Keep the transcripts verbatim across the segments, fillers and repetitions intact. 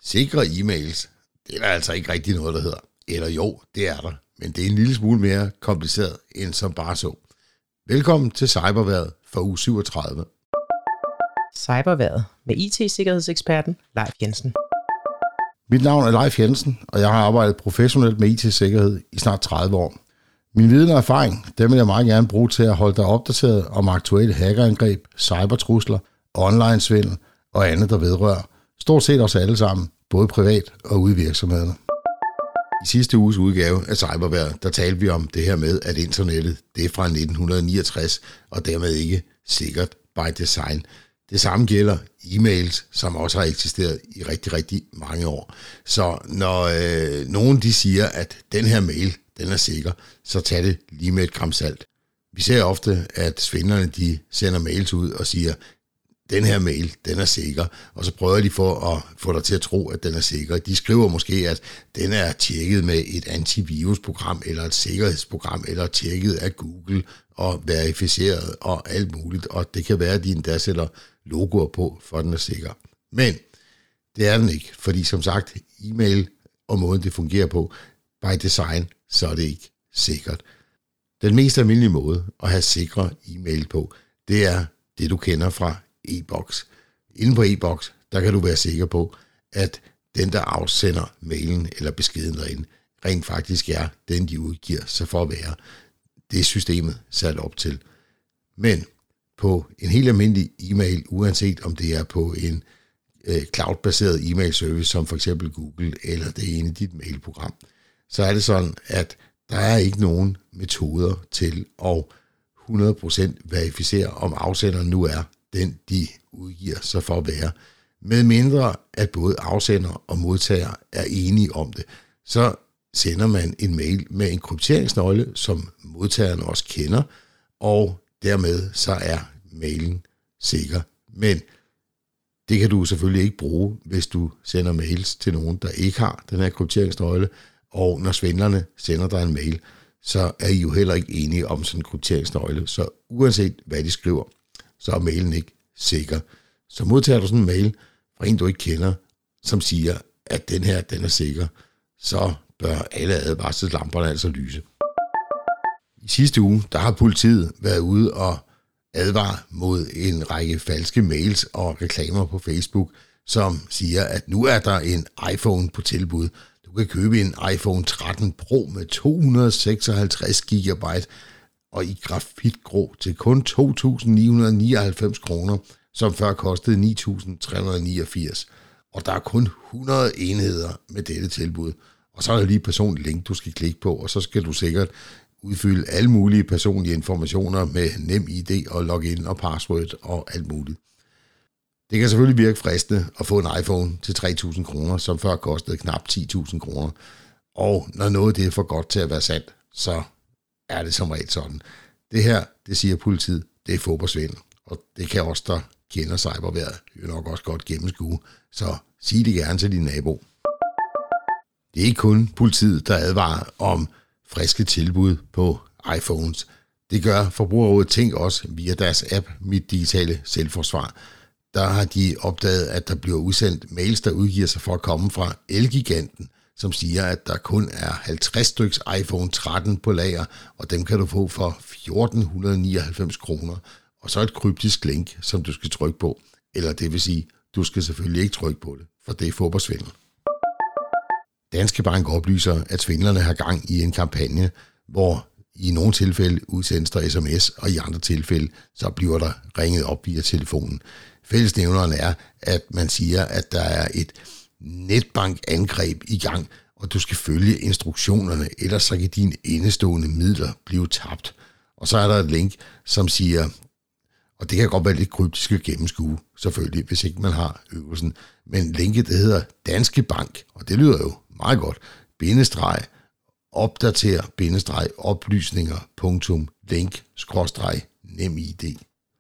Sikre e-mails, det er der altså ikke rigtig noget, der hedder. Eller jo, det er der, men det er en lille smule mere kompliceret end som bare så. Velkommen til Cyberværet for uge syvogtredive. Cyberværet med I T-sikkerhedseksperten Leif Jensen. Mit navn er Leif Jensen, og jeg har arbejdet professionelt med I T-sikkerhed i snart tredive år. Min viden og erfaring, dem vil jeg meget gerne bruge til at holde dig opdateret om aktuelle hackerangreb, cybertrusler, online-svindel og andet, der vedrører stort set os alle sammen, både privat og ude i virksomhederne. I sidste uges udgave af Cyberværet, der talte vi om det her med, at internettet det er fra nitten niogtres og dermed ikke sikkert by design. Det samme gælder e-mails, som også har eksisteret i rigtig, rigtig mange år. Så når øh, nogen de siger, at den her mail den er sikker, så tag det lige med et gram salt. Vi ser ofte, at svindlerne de sender mails ud og siger, den her mail, den er sikker, og så prøver de for at få dig til at tro, at den er sikker. De skriver måske, at den er tjekket med et antivirusprogram, eller et sikkerhedsprogram, eller tjekket af Google, og verificeret, og alt muligt, og det kan være, at de endda sætter logoer på, for den er sikker. Men det er den ikke, fordi som sagt, e-mail og måden det fungerer på, by design, så er det ikke sikkert. Den mest almindelige måde at have sikre e-mail på, det er det, du kender fra e-boks. Inde på e-boks, der kan du være sikker på, at den, der afsender mailen eller beskeden derinde, rent faktisk er den, de udgiver sig for at være. Det er systemet sat op til. Men på en helt almindelig e-mail, uanset om det er på en øh, cloud-baseret e-mail service, som for eksempel Google, eller det er inde i dit mailprogram, så er det sådan, at der er ikke nogen metoder til at hundrede procent verificere, om afsenderen nu er den, de udgiver sig for at være. Med mindre, at både afsender og modtager er enige om det, så sender man en mail med en krypteringsnøgle, som modtageren også kender, og dermed så er mailen sikker. Men det kan du selvfølgelig ikke bruge, hvis du sender mails til nogen, der ikke har den her krypteringsnøgle, og når svindlerne sender dig en mail, så er I jo heller ikke enige om sådan en krypteringsnøgle. Så uanset hvad de skriver, så er mailen ikke sikker. Så modtager du sådan en mail fra en, du ikke kender, som siger, at den her, den er sikker, så bør alle advarselslamperne altså lyse. I sidste uge, der har politiet været ude og advare mod en række falske mails og reklamer på Facebook, som siger, at nu er der en iPhone på tilbud. Du kan købe en iPhone tretten Pro med to hundrede og seksoghalvtreds gigabyte og i grafitgrå til kun to tusind ni hundrede og nioghalvfems kroner, som før kostede ni tusind tre hundrede og niogfirs. Og der er kun hundrede enheder med dette tilbud. Og så er der lige et personligt link, du skal klikke på, og så skal du sikkert udfylde alle mulige personlige informationer med NemID og login og password og alt muligt. Det kan selvfølgelig virke fristende at få en iPhone til tre tusind kroner, som før kostede knap ti tusind kroner. Og når noget det er for godt til at være sandt, så er det som regel sådan. Det her, det siger politiet, det er fodboldsvindel. Og det kan også, der kender cyberværet, jo nok også godt gennemskue. Så sig det gerne til din nabo. Det er ikke kun politiet, der advarer om friske tilbud på iPhones. Det gør Forbrugerrådet Tænk også via deres app Mit Digitale Selvforsvar. Der har de opdaget, at der bliver udsendt mails, der udgiver sig for at komme fra Elgiganten, som siger, at der kun er halvtreds styks iPhone tretten på lager, og dem kan du få for fjorten nioghalvfems kroner. Og så et kryptisk link, som du skal trykke på. Eller det vil sige, du skal selvfølgelig ikke trykke på det, for det er fodboldsvindel. Danske Bank oplyser, at svindlerne har gang i en kampagne, hvor i nogle tilfælde udsendes der sms, og i andre tilfælde så bliver der ringet op via telefonen. Fællesnævneren er, at man siger, at der er et netbankangreb i gang, og du skal følge instruktionerne, ellers så kan dine indestående midler blive tabt. Og så er der et link, som siger, og det kan godt være lidt kryptisk at gennemskue, selvfølgelig, hvis ikke man har øvelsen, men linket det hedder Danske Bank, og det lyder jo meget godt, bindestreg, opdater, bindestreg, oplysninger, punktum, link, skråstreg, NemID.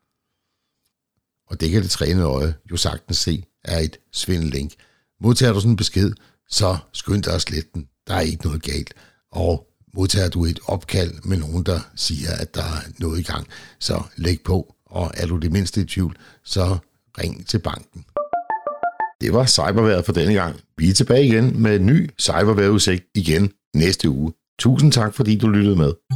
Og det kan det trænede øje jo sagtens se er et svindellink. Modtager du sådan en besked, så skynd dig at slette den. Der er ikke noget galt. Og modtager du et opkald med nogen, der siger, at der er noget i gang, så læg på. Og er du det mindste i tvivl, så ring til banken. Det var cyberværet for denne gang. Vi er tilbage igen med en ny cyberværetudsigt igen næste uge. Tusind tak, fordi du lyttede med.